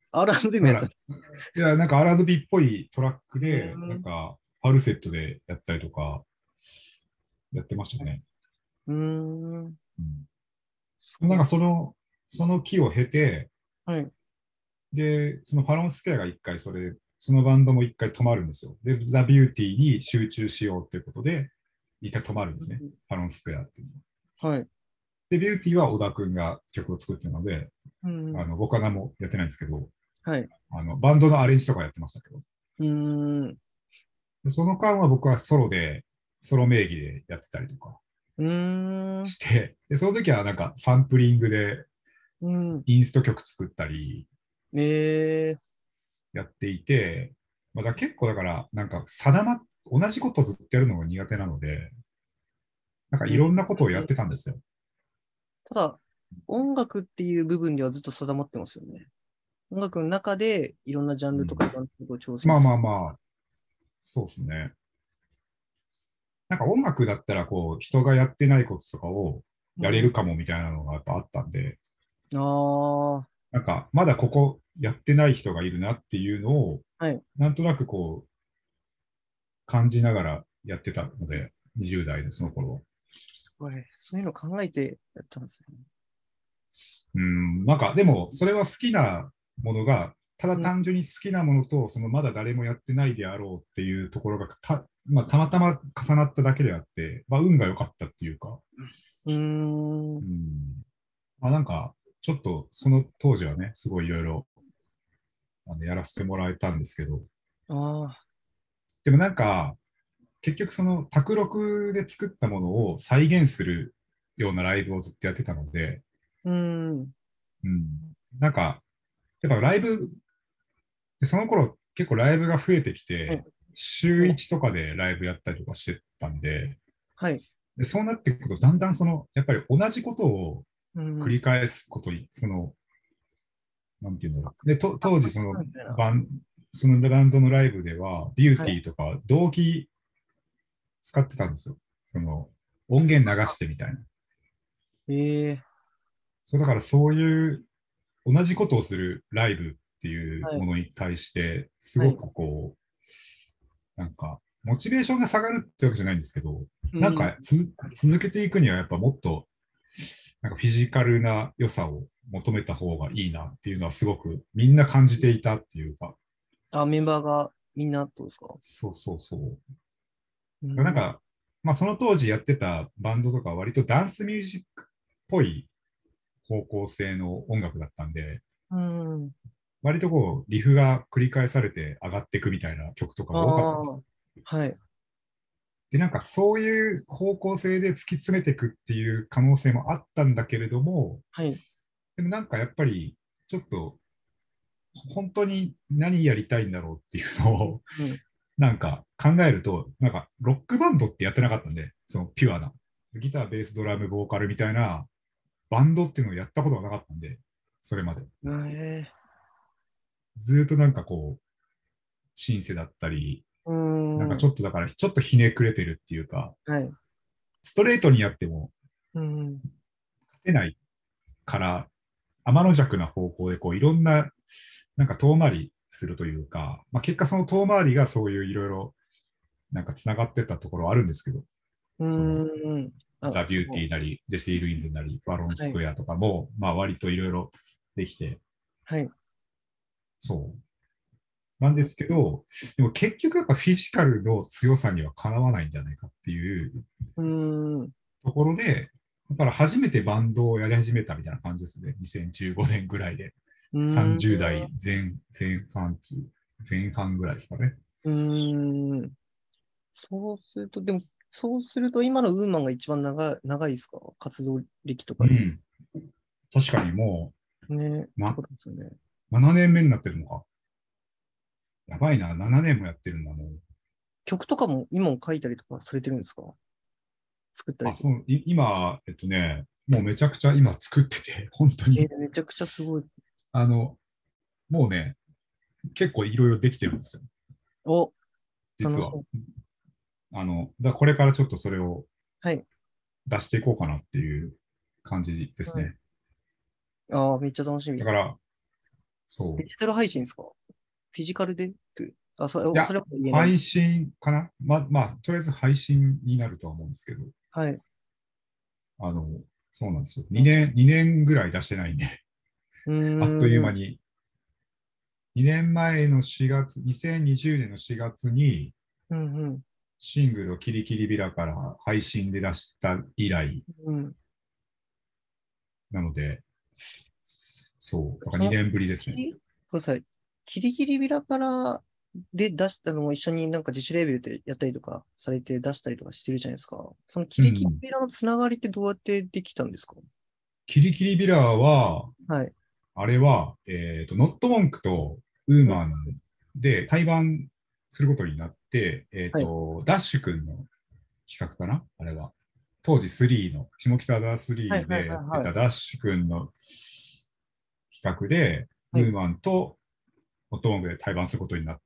R&B もやつ。 だから、いや、なんか R&B っぽいトラックうで、なんん。 かファルセットでやったりとか、やってましたね。 うん。 なんかそう。 その期を経て、 はい。 で、そのファロンスケアが一回そのバンドも一回止まるんですよ。で、ザ・ビューティーに集中しようということで、一回止まるんですね。ファロンスクエアっていうのは。 はい。 で、ビューティーは小田くんが曲を作ってるので、 うん。 僕は何もやってないんですけど、 はい。 バンドのアレンジとかやってましたけど、 うん。 でその間は僕はソロ名義でやってたりとかうん。 して、で、その時はなんかサンプリングでうん。 インスト曲作ったりええ、 やっていて、まあ、結構だから、なんか同じことをずっとやるのが苦手なので、なんかうん。 いろんなことをやってたんですよ。 ただ、音楽っていう部分ではずっと定まってますよね。音楽の中でいろんなジャンうん、 ルとかいろんなことを挑戦まあする。 まあまあ、そうですね。なんか音楽だったら、こう、人がやってないこととかをやれうん。 るかもみたいなのがやっぱあったんで、 ああ、 なんか、まだここやってない人がいるなっていうのを、 はい。 なんとなくこう、感じながらやってたので、20代のその頃は。 これ、そういうの考えてやったんですね。 うん、なんか、でも、それは好きなものが、ただうん。 単純に好きなものと、そのまだ誰もやってないであろうっていうところがまあ、たまたま重なっただけであって、まあ、運が良かったっていうか、 うーん。 うん、まあ、なんか、ちょっとその当時はね、すごいいろいろやらせてもらえたんですけど、 ああ、 でもなんか、結局その卓録で作ったものを再現するようなライブをずっとやってたので、 うん。 うん。なんか、やっぱライブ、でその頃結構ライブが増えてきはい。 て、週はい。 1とかでライブやったりとかしてたんで、 はい。 でそうなっていくと、だんだんやっぱり同じことをうん。 繰り返すことに、なんていうんだろう。で、 あ、 当時みたいな。 そのバンドのライブでは、ビューはい。 ティーとか同期使ってたんですよ。音源流してみたいな。 ええ、 そうだからそういう同じことをするライブっていうはい。 ものに対して、すはい。 ごくなんか、モチベーションが下がるってわけじゃないんですけど、 うん。 なんか続けていくにはやっぱもっと、なんかフィジカルな良さを求めた方がいいなっていうのはすごくみんな感じていたっていうか、 あ、メンバーがみんなってことですか？ そうそうそう。 うん。 なんか、まあその当時やってたバンドとかは割とダンスミュージックっぽい方向性の音楽だったんで、 うん。 割とリフが繰り返されて上がっていくみたいな曲とかあが多かったんですよ。 あ、はい。 で、なんかそういう方向性で突き詰めていくっていう可能性もあったんだけれども、 はい。 でもなんかやっぱりちょっと本当に何やりたいんだろうっていうのをうん。 なんか考えると、なんかロックバンドってやってなかったんで、そのピュアなギター、ベース、ドラム、ボーカルみたいなバンドっていうのをやったことがなかったんで、それまで。 ええ、 ずっとなんかシンセだったり、 うなんかん。 ちょっとだから、ちょっとひねくれてるっていうか、 はい。 ストレートにやってもうん。 勝てないから、天の弱な方向でいろんな、なんか遠回りするというか、まあ、結果その遠回りがそういういろいろなんかつながってったところはあるんですけど、 うそのん。あ、 ザ・ビューテそう。 ィーなり、ジェシー・ルインズなり、バロン・はい。 スクエアとかも、まあ割といろいろできて、 はい。 そうなんですけど、でも結局やっぱフィジカルの強さにはかなわないんじゃないかっていううん。うところで、だから初めてバンドをやり始めたみたいな感じですね。2015年ぐらいで。 ん。 30代前半ぐらいですかね。 うん。そうすると、でも、そうすると、今のウーマンが一番長いですか？活動歴とかで。 うん。確かにもね、っう、 てことですよね。 7年目になってるのか。やばいな、7年もやってるんだ、もう。 曲とかも今も書いたりとかされてるんですか？作ったりあ、 とか。 今、もうめちゃくちゃ今作ってて、本当に、 めちゃくちゃすごい。 あの、もうね、結構いろいろできてるんですよ、 お、 実は。 楽しみ。 だからこれからちょっとそれをはい。 出していこうかなっていう感じですはい。 ね。 ああ、めっちゃ楽しみ。 だから、そう。 デジタル配信ですか？フィジカルでって。あ、そいや、 れは言えない。 配信かなまあ、とりあえず配信になるとは思うんですけど、 はい。 あの、そうなんですよ。 うん。 2年ぐらい出してないんで、 うあっというーん。 間に、2年前の4月、2020年の4月に、 うん。 シングルをキリキリビラから配信で出した以来うん。 なので、そう、だからその、 2年ぶりですね。 キリ、そうさい。キリキリビラからで出したのも一緒になんか自主レベルでやったりとかされて出したりとかしてるじゃないですか。そのキリキリうん。 ビラのつながりってどうやってできたんですか？ キリキリビラは、 はい。 あれは、ノットモンクとウーうん。 マンで対バンすることになって、 はい。 ダッシュ君の企画かなあれは。当時3の、下北沢3 はいはいでやってはいはい。 たダッシュ君の企画で、 はい。 ウーマンとノットモンクで対バンすることになって、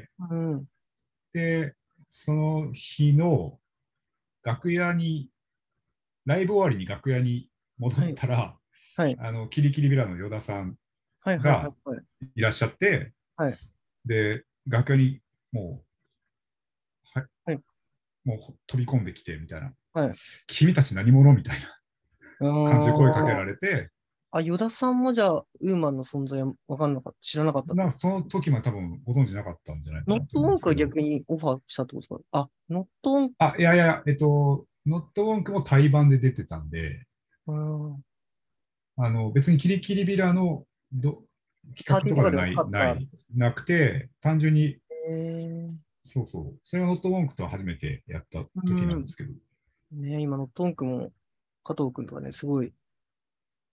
うん。 で、その日の楽屋に、ライブ終わりに楽屋に戻はい。 ったら、 はい。 キリキリビラの与田さんはいはいはいがはい。 いらっしゃって、 はい。 で、楽屋にもう、 はい。 もう飛び込んできてみたいな、 はい。 君たち何者みたいなあ感じで声かけらー、 れて、 あ、与田さんもじゃあ、ウーマンの存在わかんなかった、知らなかったってこと？ その時も多分ご存知なかったんじゃないかノッなとトウォンクは思うんですけど、 逆にオファーしたってことですか？あ、ノットウォンク、 あ、いやいや、ノットウォンクも対バンで出てたんで、 あー、 別にキリキリビラの企画パーティーとかではなとかではかったんです。 なくて、単純に、 えそうそう、それはノットウォンクと初めてやった時なんでうん。 すけど、 ね、今、ノットウォンクも、加藤くんとかね、すごい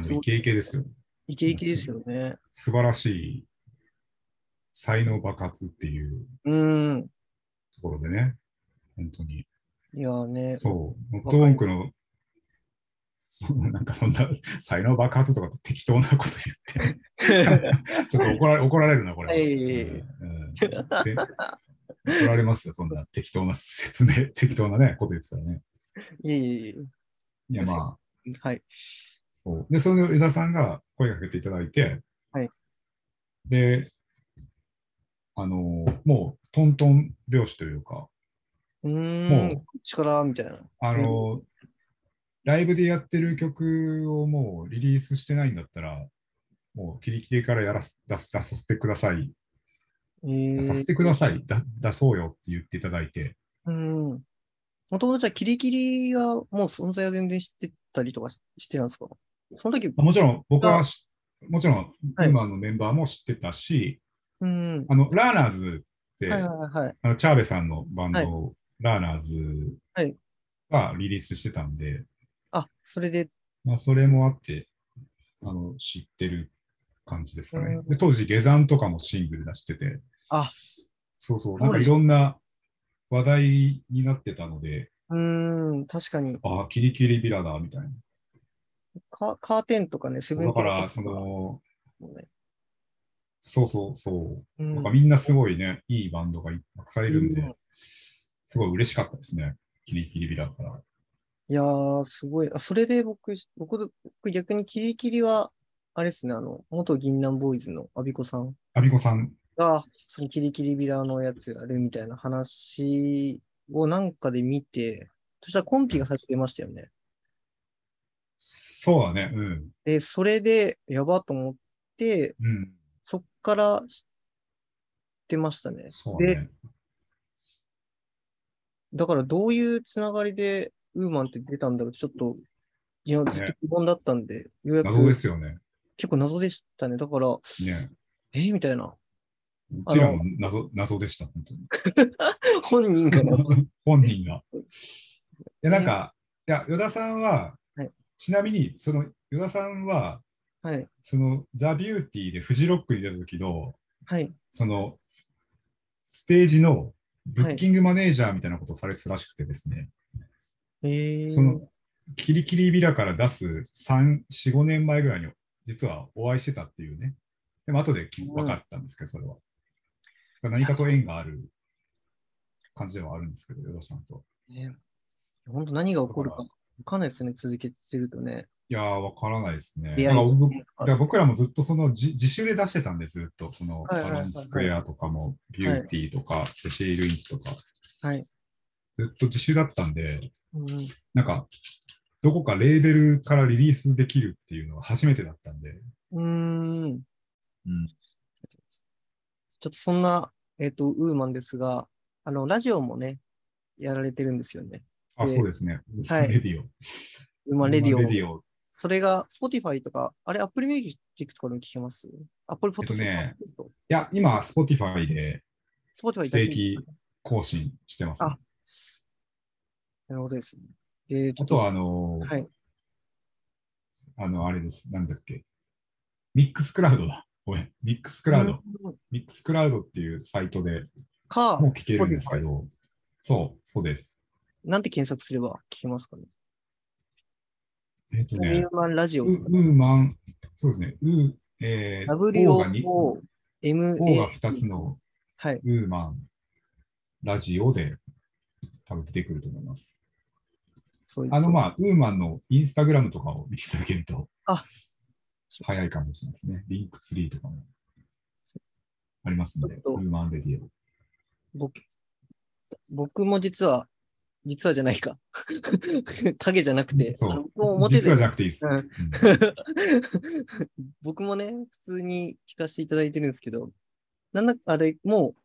もイケイケですよ。 イケイケですよね。 素晴らしい才能爆発っていううーん。 ところでね、本当に。 いやーね、 そう、ノットウォ若い。 ンクの、なんかそんな才能爆発とかって適当なこと言ってちょっと怒られるな、これはは。 い。 怒られますよ、そんな適当な説明、適当なね、こと言ってたらね。 いえいえいいや、 え。 まあ、 はい。 そう。で、その江田さんが声かけていただいて、 はい。 で、もうトントン拍子というか、 うーん。 も力みたいな。 う、ライブでやってる曲をもうリリースしてないんだったら、もうキリキリから出させてください。出させてください。出そうよって言っていただいて。 うん。もともとじゃあ、キリキリはもう存在は全然知ってたりとかしてるんですか？その時もちろん僕はが、 もちろんはい。 ウーマンのメンバーも知ってたし、 うん。 ラーナーズっはいて、 はいはい。 チャーベさんのバンはい。 ド、ラーナーズはい。 がリリースしてたんで、 あ、それで、 まあ、それもあって、知ってる感じですかね。で、 うん。 当時、下山とかもシングル出してて、 あ、 そうそう、なんかいそうでしろんな話題になってたので、 た。うん。確かに。 ああ、キリキリビラだ、みたいな。 カーテンとかね、セブンティーンとだから、 かもね。 そうそうそう。なんかうん。 みんなすごいね、いいバンドがたくさんいうるんで、 ん。 すごい嬉しかったですね。キリキリビラから。 いやー、すごい。あ、それで僕逆にキリキリは、あれですね、元銀杏ボーイズのアビコさんアビコさん、 が、そのキリキリビラのやつやるみたいな話をなんかで見て、そしたらコンピが最初出ましたよね。 そうだね、うん。 で、それで、やばと思って、 うん、 そっから知ってましたね。で、 そうだね。 だからどういうつながりでウーマンって出たんだろうちょっと、いや、ずっとね、 疑問だったんで、ようや謎でくすよね。 結構謎でしたね。だから、 ね。 みたいな。 うちらもあの、 謎でした、本当に。 本人が謎。 本人が。なんー、 か、いや、与田さんは、 はい、 ちなみに、与田さんは、 はい、 ザ・ビューティーでフジロックに出た時の、 はい、 その、ステージのブはい。 ッキングマネージャーみたいなことをされてたらしくてですね、 えその、 ー、 キリキリビラから出す3、4、5年前ぐらいに、実はお会いしてたっていうね。でも後で分うん。 かったんですけど、それは。何かと縁がある感じではあるんですけど、与田さんと。 ね、本当何が起だから、 こるかわかんないですね、続けてるとね。 いやー、わからないですね。 出会いとかだから僕らもずっと自主で出してたんで、ずっと、 はいはいアロンはいはい。 スクエアとかも、ビュはい、 ーティーとか、シェイルインスとか、 はい。 ずっと自主だったんで、 うん。 なんか、どこかレーベルからリリースできるっていうのは初めてだったんで、 うーん。 うん。 ちょっとそんな、ウーマンですが、ラジオもね、やられてるんですよね。 あ、そうで、 ですね。ウーはい。 マンレディオ。 ウーマンウーマンレディオ、 レディオ。 それが Spotify とか、あれ Apple Music とかでも聞けます？ Apple えっと Podcast、 ね、いや、今、Spotify で Spotify 不だけ。 定期更新してますね。 あ、なるほどですね。で、ちょっと、 あとは、 はい。 あれです。なんだっけ。ミックスクラウドだ。ごめん。ミックスクうん。 ラウド。ミックスクラウドっていうサイトでか、 もう聞けるんですけ Spotify。 ど、そうです。 なんて検索すれば聞けますかね。 えっとね、 ウーマンラジオとか、 ウーマン、そうですね、O がO が WOOMA。 2つのはい。 ウーマンラジオで多分出てくると思います。 そういうこと。 まあ、ウーマンのインスタグラムとかを見ていただけるとあ、 早いかもしれないですね。リンクツリーとかもありますんで、ウちょっと、 ーマンレディオ。 僕、僕も実はじゃないか。影じゃなくて、 そう。 僕も表で、 実はじゃなくていいです。 うん。 うん、 僕もね、普通に聞かせていただいてるんですけど、あれ、もう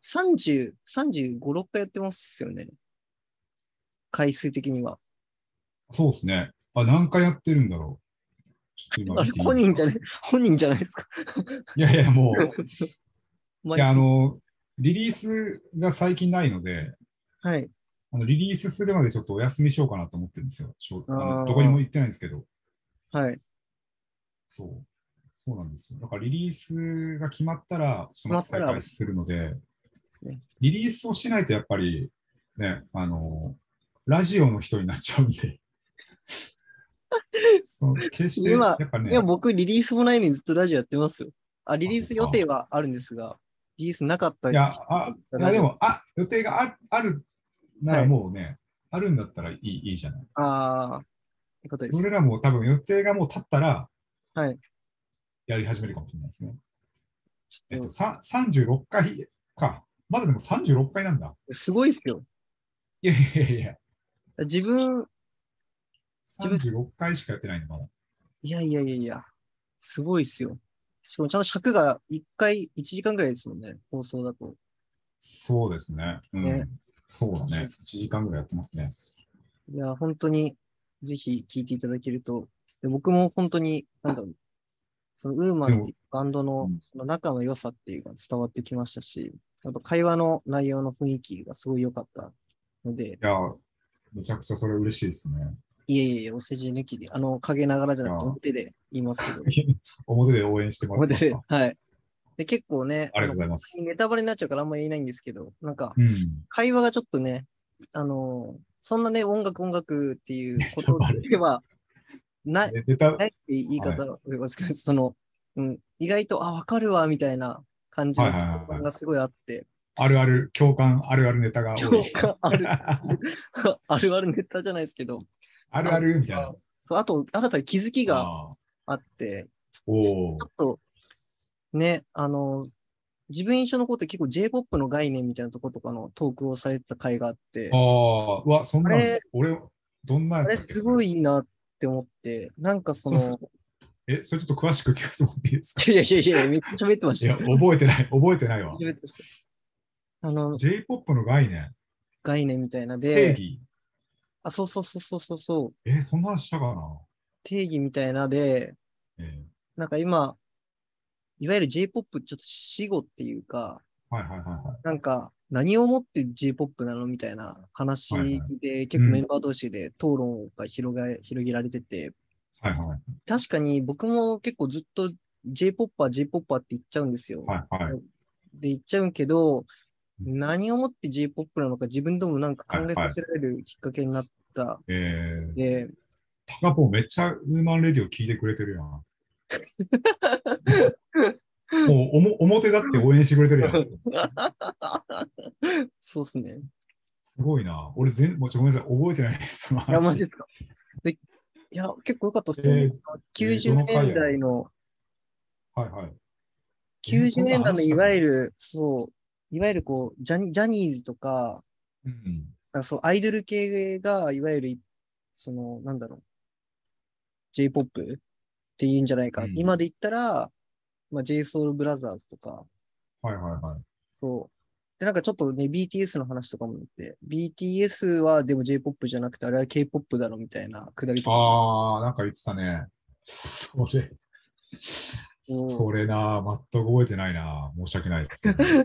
35、6回やってますよね。回数的には。 そうですね。何回やってるんだろう。ちょっと今あれ、 見ていいですか？ 本人じゃないですか。 いやいや、もう、いや、 枚数。 リリースが最近ないので、 はい。 リリースするまでちょっとお休みしようかなと思ってるんですよ。 あどこにもあ、 行ってないんですけど。 はい。 そう、そうなんですよ。だからリリースが決まったら、その後決まったらで再開するので、 すね。 リリースをしないとやっぱりね、ラジオの人になっちゃうんで、決して今、 やっぱね、 僕リリースもないのにずっとラジオやってますよ。あ、リあ、 リース予定そうか。 はあるんですが、リリースなかったいや、 ラジオ。 でも、予定があるならはい。 もうね、あるんだったらいいじゃない。 ああ、いうことです。 俺らも多分予定がもう立ったらはい。 やり始めるかもしれないですね。 ちょっ 36回か。まだでも36回なんだ。 と、すごいですよ。 いやいやいや、 自分、自分、 36回しかやってないの、まだ。 いやいやいやいや、すごいですよ。しかもちゃんと尺が1回1時間ぐらいですもんね、放送だと。 そうですね。うね。 ん。そうだね。1時間ぐらいやってますね。 いや、本当に、ぜひ聞いていただけると、で僕も本当に、なんだろう、そのウーマンでも、 っていうバンドのうん、 その仲の良さっていうのが伝わってきましたし、あと会話の内容の雰囲気がすごい良かったので、 いや、めちゃくちゃそれ嬉しいですね。 いえいえ、お世辞抜きで、陰ながらじゃいや、 なくて表で言いますけど、 表で応援してもらって表で、 ますか？ はい。で、結構ね、 ありがとうございます。 ネタバレになっちゃうからあんま言えないんですけど、なんか、 うん。 会話がちょっとね、そんなね、音楽っていうことバレ。 ではない、 ネタ、 ないって言いはい。 方はありますけど、意外と、あ、わかるわ、みたいな感じはいのはいはいはい。 共感がすごいあって、 あるある、共感あるあるネタが多い。 共感ある、あるあるネタじゃないですけど、 あるあ、 あるみたいな。 そう、あと、新たに気づきがああ、 あって、 おお。 ちょっとね、自分印象残って結構 J-POP の概念みたいなところとかのトークをされてた回があっあて、 あ、うわ、そんなん、 あれ、 どんなやあれすったっけ、それ。 ごいいいなって思って、なんかそう、それちょっと詳しく聞かせてもらっていいですか？ いやいやいや、めっちゃ喋ってまいや、 した。 覚えてないわ。 めっちゃ喋ってました。 J-POP の概念、 概念みたいなで、 定義。 あ、そうそうそうそうそうそう、 そんな話したかな？ 定義みたいなで、 えなんか今、いわゆる J-POP ちょっと死語っていうか、 はいはいはいはい。 なんか何をもって J-POP なのみたいな話はいはい。 で結うん。 構メンバー同士で討論が広げられてて、 はいはい。 確かに僕も結構ずっと J-POP って言っちゃうんですよ。 はいはい。 で、言っちゃうけど、 うん何をもって J-POP なのか自分でもなんか考えさはいはい。 せられるきっかけになったえー、 で、 タカポンめっちゃウーマンレディオ聞いてくれてるやん。もう表だって応援してくれてるやん。 そうっすね。 すごいな。俺もごめんなさい。覚えてないです、そのいや、マジで話。 すか。で、いや、結構良かったっすよ。90 ど年の回やろ？ 代の、 はいはい。 90 そんな年代のい話したかな？ わゆる、いわゆるジャニーズとか、 うん。 そう、アイドル系が、いわゆる、なんだろう、J-POP っていうんじゃないか。 うん。 今で言ったら、まあ、JSOULBROTHERS とか、 はいはいはい。 そう。で、なんかちょっとね、BTS の話とかもあって、BTS はでも J-POP じゃなくて、あれは K-POP だろみたいなくだりとかも。 あー、なんか言ってたね。そおれな、全く覚えてないな。申し訳ないですけど。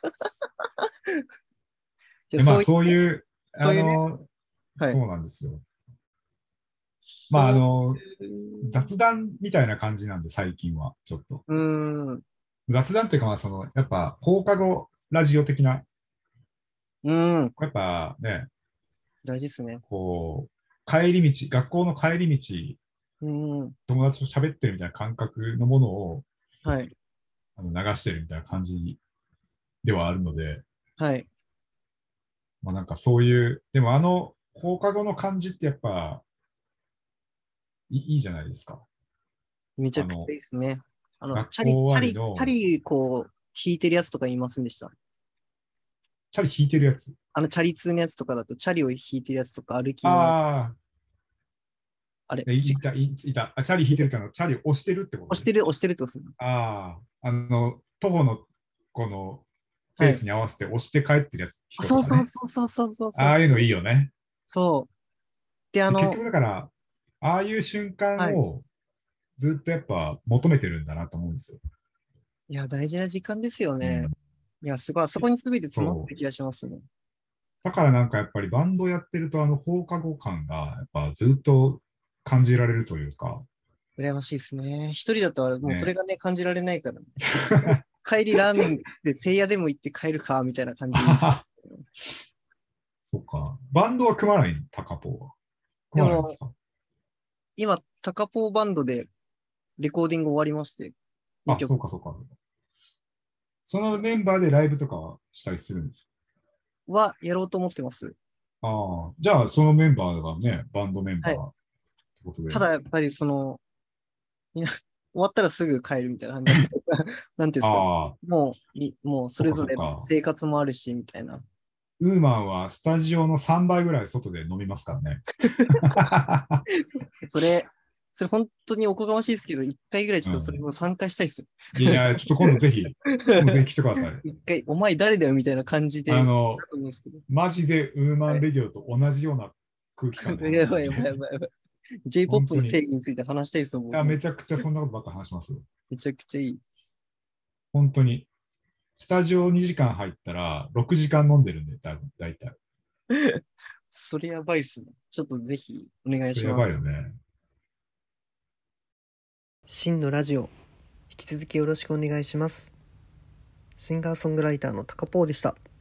まあ、 そういうね、 そういう、 そういうね、はい。 そうなんですよ。まあ、 そう雑談みたいな感じなんで、最近は、ちょっと。 うーん、 雑談というか、まあ、やっぱ、放課後ラジオ的な、 うーん、 やっぱね、 大事ですね。 こう、学校の帰り道、 うーん、 友達と喋ってるみたいな感覚のものをはい、 流してるみたいな感じではあるので、 はい。 まあなんかそういう、でも放課後の感じってやっぱいいじゃないですか。 めちゃくちゃあの、 いいですね。 学校終わりチャの、 リ、弾いてるやつとか言いませんでした？ チャリ弾いてるやつ。 チャリ通のやつとかだと、チャリを弾いてるやつとか、歩きの、 ああれ、 あ、いた。チャリ弾いてるってチャリ押してるってことね。 押してるってことですね。 ああ、徒歩のこのペはい。 ースに合わせて押して帰ってるあ、そう人とかね。 そうそうそうそうそうそうそう。 ああいうのいいよね。 そう。で、 で結局だから、ああいう瞬間はい。 をずっとやっぱ求めてるんだなと思うんですよ。 いや、大事な時間ですよね。 うん。 いや、すごい、そこに全て詰まっそう。 てる気がしますね。 だからなんかやっぱりバンドやってると放課後感がやっぱずっと感じられるというか、 羨ましいですね。一人だったらもうそれね。 がね、感じられないから、帰りラーメンで聖夜でも行って帰るか、みたいな感じ。 そっか。バンドは組まないのタカポーは。組でも、 まないんですか？ 今、タカポーバンドでレコーディング終わりまして、2 あ、そう曲かそうか。そのメンバーでライブとかはしたりするんですはやろうと思ってます。 か？ああ、じゃあそのメンバーがね、バンドメンバはい。 ーってことで。 ただやっぱりみんな終わったらすぐ帰るみたいな感じだった。なんていうんですかね。 ああ、 もうそそっかれぞれそっか。 生活もあるし、みたいな。 ウーマンはスタジオの3倍ぐらい外で飲みますからね。 それ、それ本当におこがましいですけど、一回ぐらいちょっとそれうん。 も参加したいですよ。 いや、ちょっと今度ぜひ来てください。 一回、お前誰だよみたいな感じで、だあの、 と思うんですけど。 マジでウーマはい。 ンレディオと同じような空気感で話やしてるんで。 ばいやばいやばいやばい。 本 J-POP 当に。いの定義について話したいですよ、僕や、 も。 めちゃくちゃそんなことばっか話します。 めちゃくちゃいい。 本当に。スタジオ2時間入ったら6時間飲んでるんで、だいたい。 それやばいっすね。ちょっとぜひお願いそれやばいします。 よね。 真のラジオ、引き続きよろしくお願いします。シンガーソングライターのタカポーでした。